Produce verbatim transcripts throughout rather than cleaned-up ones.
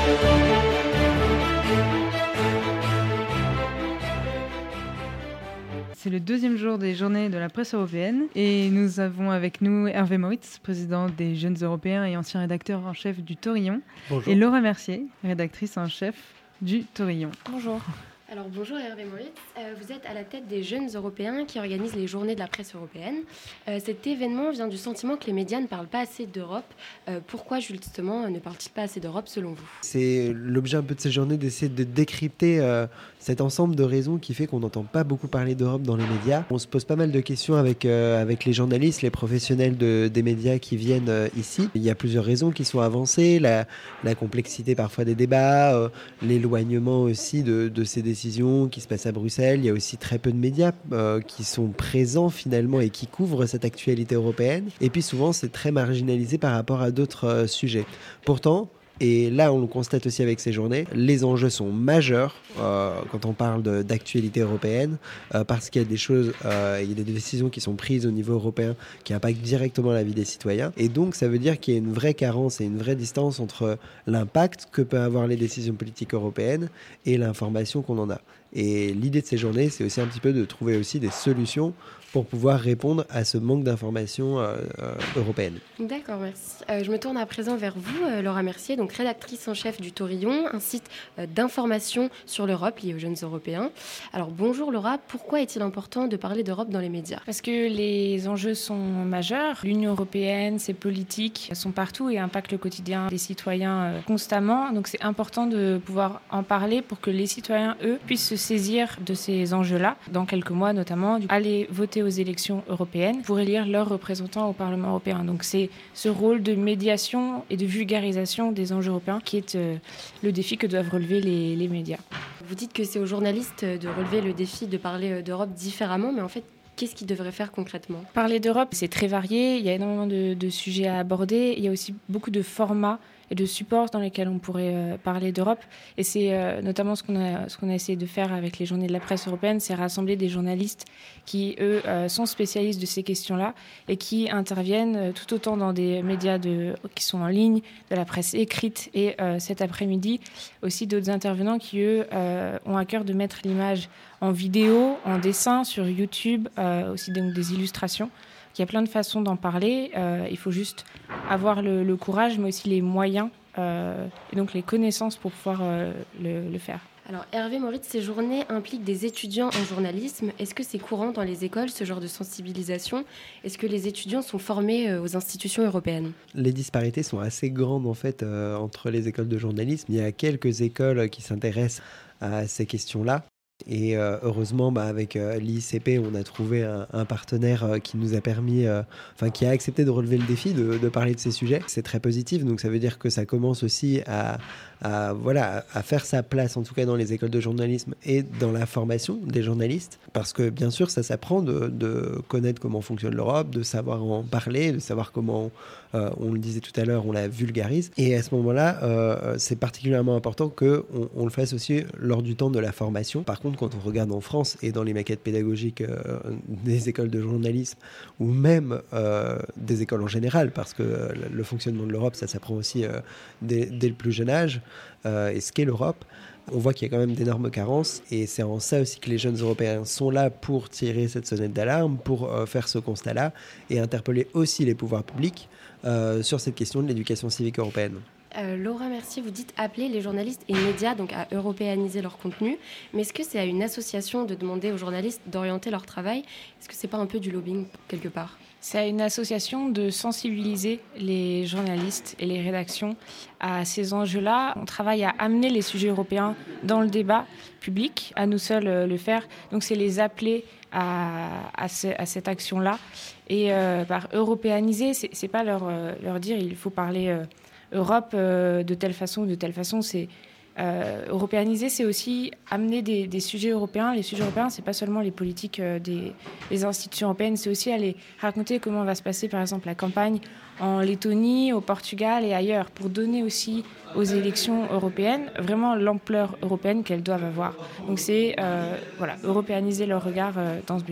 C'est le deuxième jour des journées de la presse européenne et nous avons avec nous Hervé Moritz, président des Jeunes Européens et ancien rédacteur en chef du Taurillon. Bonjour. Et Laura Mercier, rédactrice en chef du Taurillon. Bonjour. Alors bonjour Hervé Moritz, euh, vous êtes à la tête des Jeunes Européens qui organisent les journées de la presse européenne. Euh, cet événement vient du sentiment que les médias ne parlent pas assez d'Europe. Euh, pourquoi justement ne parlent-ils pas assez d'Europe selon vous ? C'est l'objet un peu de ces journées d'essayer de décrypter euh, cet ensemble de raisons qui fait qu'on n'entend pas beaucoup parler d'Europe dans les médias. On se pose pas mal de questions avec, euh, avec les journalistes, les professionnels de, des médias qui viennent euh, ici. Il y a plusieurs raisons qui sont avancées, la, la complexité parfois des débats, euh, l'éloignement aussi de, de ces décisions qui se passent à Bruxelles. Il y a aussi très peu de médias euh, qui sont présents finalement et qui couvrent cette actualité européenne. Et puis souvent, c'est très marginalisé par rapport à d'autres euh, sujets. Pourtant, et là, on le constate aussi avec ces journées, les enjeux sont majeurs euh, quand on parle de, d'actualité européenne, euh, parce qu'il y a des choses, euh, il y a des décisions qui sont prises au niveau européen qui impactent directement la vie des citoyens. Et donc, ça veut dire qu'il y a une vraie carence et une vraie distance entre l'impact que peuvent avoir les décisions politiques européennes et l'information qu'on en a. Et l'idée de ces journées, c'est aussi un petit peu de trouver aussi des solutions pour pouvoir répondre à ce manque d'informations euh, euh, européennes. D'accord, merci. Euh, je me tourne à présent vers vous, euh, Laura Mercier, donc rédactrice en chef du Taurillon, un site euh, d'information sur l'Europe lié aux jeunes Européens. Alors bonjour Laura, pourquoi est-il important de parler d'Europe dans les médias ? Parce que les enjeux sont majeurs. L'Union européenne, ses politiques sont partout et impactent le quotidien des citoyens euh, constamment. Donc c'est important de pouvoir en parler pour que les citoyens, eux, puissent se saisir de ces enjeux-là. Dans quelques mois notamment, aller voter aux élections européennes pour élire leurs représentants au Parlement européen. Donc c'est ce rôle de médiation et de vulgarisation des enjeux européens qui est euh, le défi que doivent relever les, les médias. Vous dites que c'est aux journalistes de relever le défi de parler d'Europe différemment, mais en fait, qu'est-ce qu'ils devraient faire concrètement ? Parler d'Europe, c'est très varié. Il y a énormément de, de sujets à aborder. Il y a aussi beaucoup de formats et de supports dans lesquels on pourrait euh, parler d'Europe. Et c'est euh, notamment ce qu'on a, ce qu'on a essayé de faire avec les journées de la presse européenne, c'est rassembler des journalistes qui, eux, euh, sont spécialistes de ces questions-là et qui interviennent euh, tout autant dans des médias de, qui sont en ligne, de la presse écrite et euh, cet après-midi, aussi d'autres intervenants qui, eux, euh, ont à cœur de mettre l'image en vidéo, en dessin, sur YouTube, euh, aussi donc des illustrations. Il y a plein de façons d'en parler. Euh, il faut juste avoir le, le courage, mais aussi les moyens euh, et donc les connaissances pour pouvoir euh, le, le faire. Alors Hervé Moritz, ces journées impliquent des étudiants en journalisme. Est-ce que c'est courant dans les écoles, ce genre de sensibilisation ? Est-ce que les étudiants sont formés aux institutions européennes ? Les disparités sont assez grandes en fait euh, entre les écoles de journalisme. Il y a quelques écoles qui s'intéressent à ces questions-là. Et euh, heureusement, bah, avec euh, l'I C P, on a trouvé un, un partenaire euh, qui nous a permis, euh, enfin qui a accepté de relever le défi de, de parler de ces sujets. C'est très positif, donc ça veut dire que ça commence aussi à, à, voilà, à faire sa place, en tout cas dans les écoles de journalisme et dans la formation des journalistes. Parce que bien sûr, ça s'apprend de, de connaître comment fonctionne l'Europe, de savoir en parler, de savoir comment, euh, on le disait tout à l'heure, on la vulgarise. Et à ce moment-là, euh, c'est particulièrement important qu'on on le fasse aussi lors du temps de la formation. Par contre, quand on regarde en France et dans les maquettes pédagogiques euh, des écoles de journalisme ou même euh, des écoles en général, parce que euh, le fonctionnement de l'Europe, ça s'apprend aussi euh, dès, dès le plus jeune âge, euh, et ce qu'est l'Europe, on voit qu'il y a quand même d'énormes carences et c'est en ça aussi que les jeunes Européens sont là pour tirer cette sonnette d'alarme, pour euh, faire ce constat-là et interpeller aussi les pouvoirs publics euh, sur cette question de l'éducation civique européenne. Euh, Laura Mercier, vous dites appeler les journalistes et médias donc à européaniser leur contenu, mais est-ce que c'est à une association de demander aux journalistes d'orienter leur travail ? Est-ce que c'est pas un peu du lobbying quelque part ? C'est à une association de sensibiliser les journalistes et les rédactions à ces enjeux-là. On travaille à amener les sujets européens dans le débat public, à nous seuls le faire. Donc c'est les appeler à, à, ce, à cette action-là. Et euh, par européaniser, c'est, c'est pas leur, leur dire il faut parler euh, Europe euh, de telle façon ou de telle façon. C'est Euh, européaniser, c'est aussi amener des, des sujets européens. Les sujets européens, c'est pas seulement les politiques euh, des, des institutions européennes, c'est aussi aller raconter comment va se passer, par exemple, la campagne en Lettonie, au Portugal et ailleurs, pour donner aussi aux élections européennes vraiment l'ampleur européenne qu'elles doivent avoir. Donc c'est euh, voilà, européaniser leur regard euh, dans ce but-là.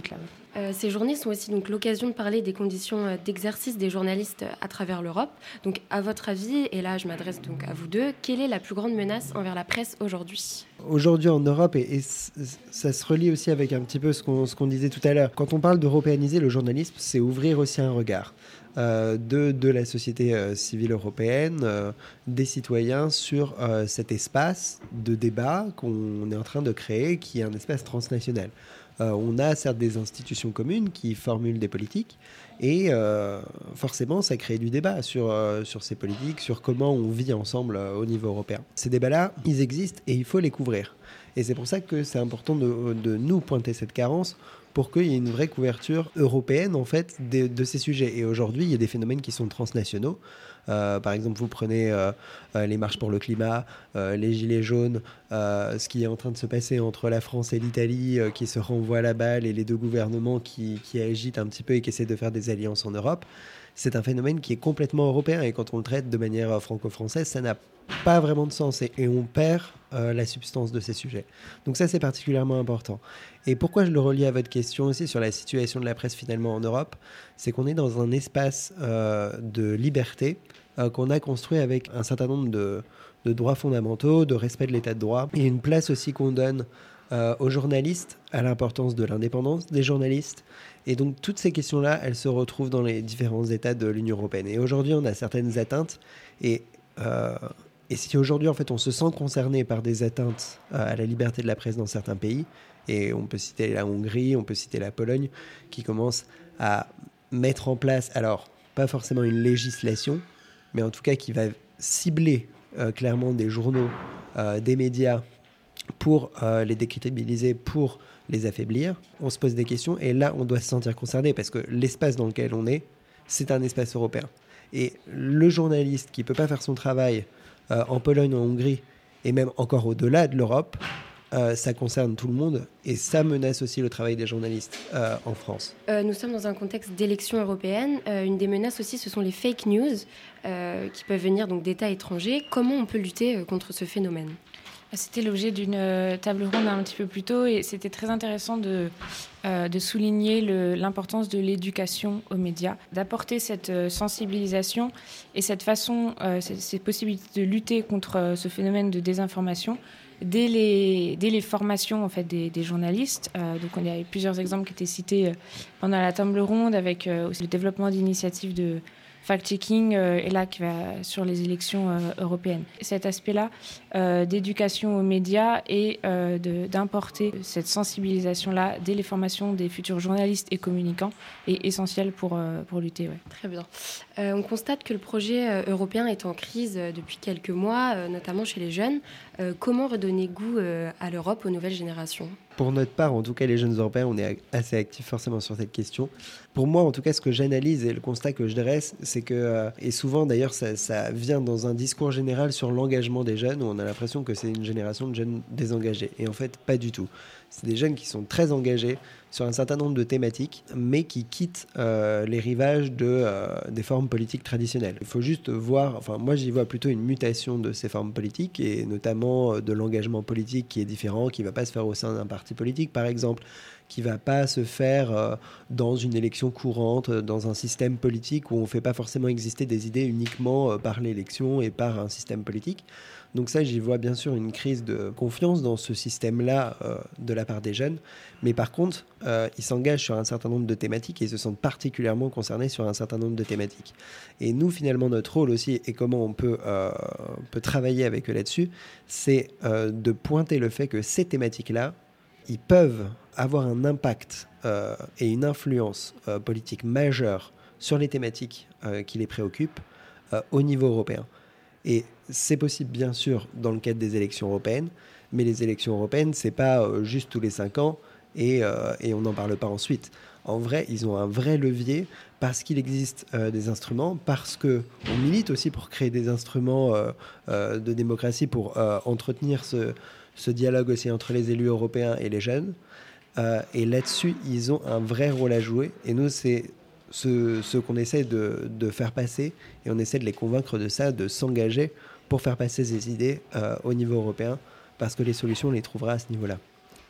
Euh, ces journées sont aussi donc l'occasion de parler des conditions d'exercice des journalistes à travers l'Europe. Donc, à votre avis, et là je m'adresse donc à vous deux, quelle est la plus grande menace envers la presse aujourd'hui ? Aujourd'hui en Europe, et, et ça se relie aussi avec un petit peu ce qu'on, ce qu'on disait tout à l'heure, quand on parle d'européaniser le journalisme, c'est ouvrir aussi un regard euh, de, de la société euh, civile européenne, euh, des citoyens sur euh, cet espace de débat qu'on est en train de créer, qui est un espace transnational. Euh, on a certes des institutions communes qui formulent des politiques et euh, forcément ça crée du débat sur, euh, sur ces politiques, sur comment on vit ensemble euh, au niveau européen. Ces débats-là, ils existent et il faut les couvrir. Et c'est pour ça que c'est important de, de nous pointer cette carence pour qu'il y ait une vraie couverture européenne en fait, de, de ces sujets. Et aujourd'hui, il y a des phénomènes qui sont transnationaux. Euh, par exemple, vous prenez euh, euh, les marches pour le climat, euh, les gilets jaunes, euh, ce qui est en train de se passer entre la France et l'Italie, euh, qui se renvoient la balle, et les deux gouvernements qui, qui agitent un petit peu et qui essaient de faire des alliances en Europe. C'est un phénomène qui est complètement européen et quand on le traite de manière franco-française, ça n'a pas vraiment de sens et, et on perd euh, la substance de ces sujets. Donc ça, c'est particulièrement important. Et pourquoi je le relie à votre question aussi sur la situation de la presse finalement en Europe, c'est qu'on est dans un espace euh, de liberté euh, qu'on a construit avec un certain nombre de, de droits fondamentaux, de respect de l'état de droit et une place aussi qu'on donne euh, aux journalistes, à l'importance de l'indépendance des journalistes. Et donc, toutes ces questions-là, elles se retrouvent dans les différents États de l'Union européenne. Et aujourd'hui, on a certaines atteintes. Et, euh, et si aujourd'hui, en fait, on se sent concerné par des atteintes euh, à la liberté de la presse dans certains pays, et on peut citer la Hongrie, on peut citer la Pologne, qui commencent à mettre en place, alors, pas forcément une législation, mais en tout cas qui va cibler euh, clairement des journaux, euh, des médias, pour euh, les décrédibiliser, pour les affaiblir, on se pose des questions et là on doit se sentir concerné parce que l'espace dans lequel on est, c'est un espace européen. Et le journaliste qui ne peut pas faire son travail euh, en Pologne, en Hongrie et même encore au-delà de l'Europe, euh, ça concerne tout le monde et ça menace aussi le travail des journalistes euh, en France. Euh, nous sommes dans un contexte d'élection européenne. Euh, une des menaces aussi, ce sont les fake news euh, qui peuvent venir donc d'États étrangers. Comment on peut lutter euh, contre ce phénomène ? C'était l'objet d'une table ronde un petit peu plus tôt et c'était très intéressant de, euh, de souligner le, l'importance de l'éducation aux médias, d'apporter cette sensibilisation et cette façon, euh, ces, ces possibilités de lutter contre ce phénomène de désinformation dès les, dès les formations en fait, des, des journalistes. Euh, donc, il y a eu plusieurs exemples qui étaient cités pendant la table ronde avec euh, aussi le développement d'initiatives de fact-checking euh, est là qui va sur les élections euh, européennes. Cet aspect-là euh, d'éducation aux médias et euh, de, d'importer cette sensibilisation-là dès les formations des futurs journalistes et communicants est essentiel pour, euh, pour lutter. Ouais. Très bien. Euh, on constate que le projet euh, européen est en crise euh, depuis quelques mois, euh, notamment chez les jeunes. Euh, comment redonner goût euh, à l'Europe aux nouvelles générations ? Pour notre part, en tout cas les jeunes européens, on est assez actifs forcément sur cette question. Pour moi, en tout cas, ce que j'analyse et le constat que je dresse, c'est que, euh, et souvent d'ailleurs ça, ça vient dans un discours général sur l'engagement des jeunes, où on a l'impression que c'est une génération de jeunes désengagés. Et en fait, pas du tout. C'est des jeunes qui sont très engagés sur un certain nombre de thématiques, mais qui quittent euh, les rivages de, euh, des formes politiques traditionnelles. Il faut juste voir, enfin moi j'y vois plutôt une mutation de ces formes politiques, et notamment euh, de l'engagement politique qui est différent, qui ne va pas se faire au sein d'un parti politique par exemple, qui ne va pas se faire euh, dans une élection courante, dans un système politique où on ne fait pas forcément exister des idées uniquement euh, par l'élection et par un système politique. Donc ça, j'y vois bien sûr une crise de confiance dans ce système-là euh, de la part des jeunes. Mais par contre, euh, ils s'engagent sur un certain nombre de thématiques et ils se sentent particulièrement concernés sur un certain nombre de thématiques. Et nous, finalement, notre rôle aussi, et comment on peut, euh, peut travailler avec eux là-dessus, c'est euh, de pointer le fait que ces thématiques-là, ils peuvent avoir un impact euh, et une influence euh, politique majeure sur les thématiques euh, qui les préoccupent euh, au niveau européen. Et c'est possible, bien sûr, dans le cadre des élections européennes, mais les élections européennes, c'est pas euh, juste tous les cinq ans et, euh, et on n'en parle pas ensuite. En vrai, ils ont un vrai levier parce qu'il existe euh, des instruments, parce qu'on milite aussi pour créer des instruments euh, euh, de démocratie, pour euh, entretenir ce, ce dialogue aussi entre les élus européens et les jeunes. Euh, et là-dessus, ils ont un vrai rôle à jouer. Et nous, c'est ce, ce qu'on essaie de, de faire passer, et on essaie de les convaincre de ça, de s'engager pour faire passer ces idées euh, au niveau européen, parce que les solutions, on les trouvera à ce niveau-là.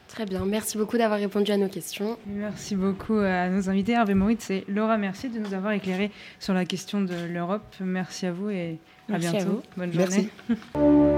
Très bien, merci beaucoup d'avoir répondu à nos questions. Merci beaucoup à nos invités, Hervé Moritz et Laura Mercier, de nous avoir éclairé sur la question de l'Europe. Merci à vous et à merci bientôt. À vous. Bonne journée. Merci.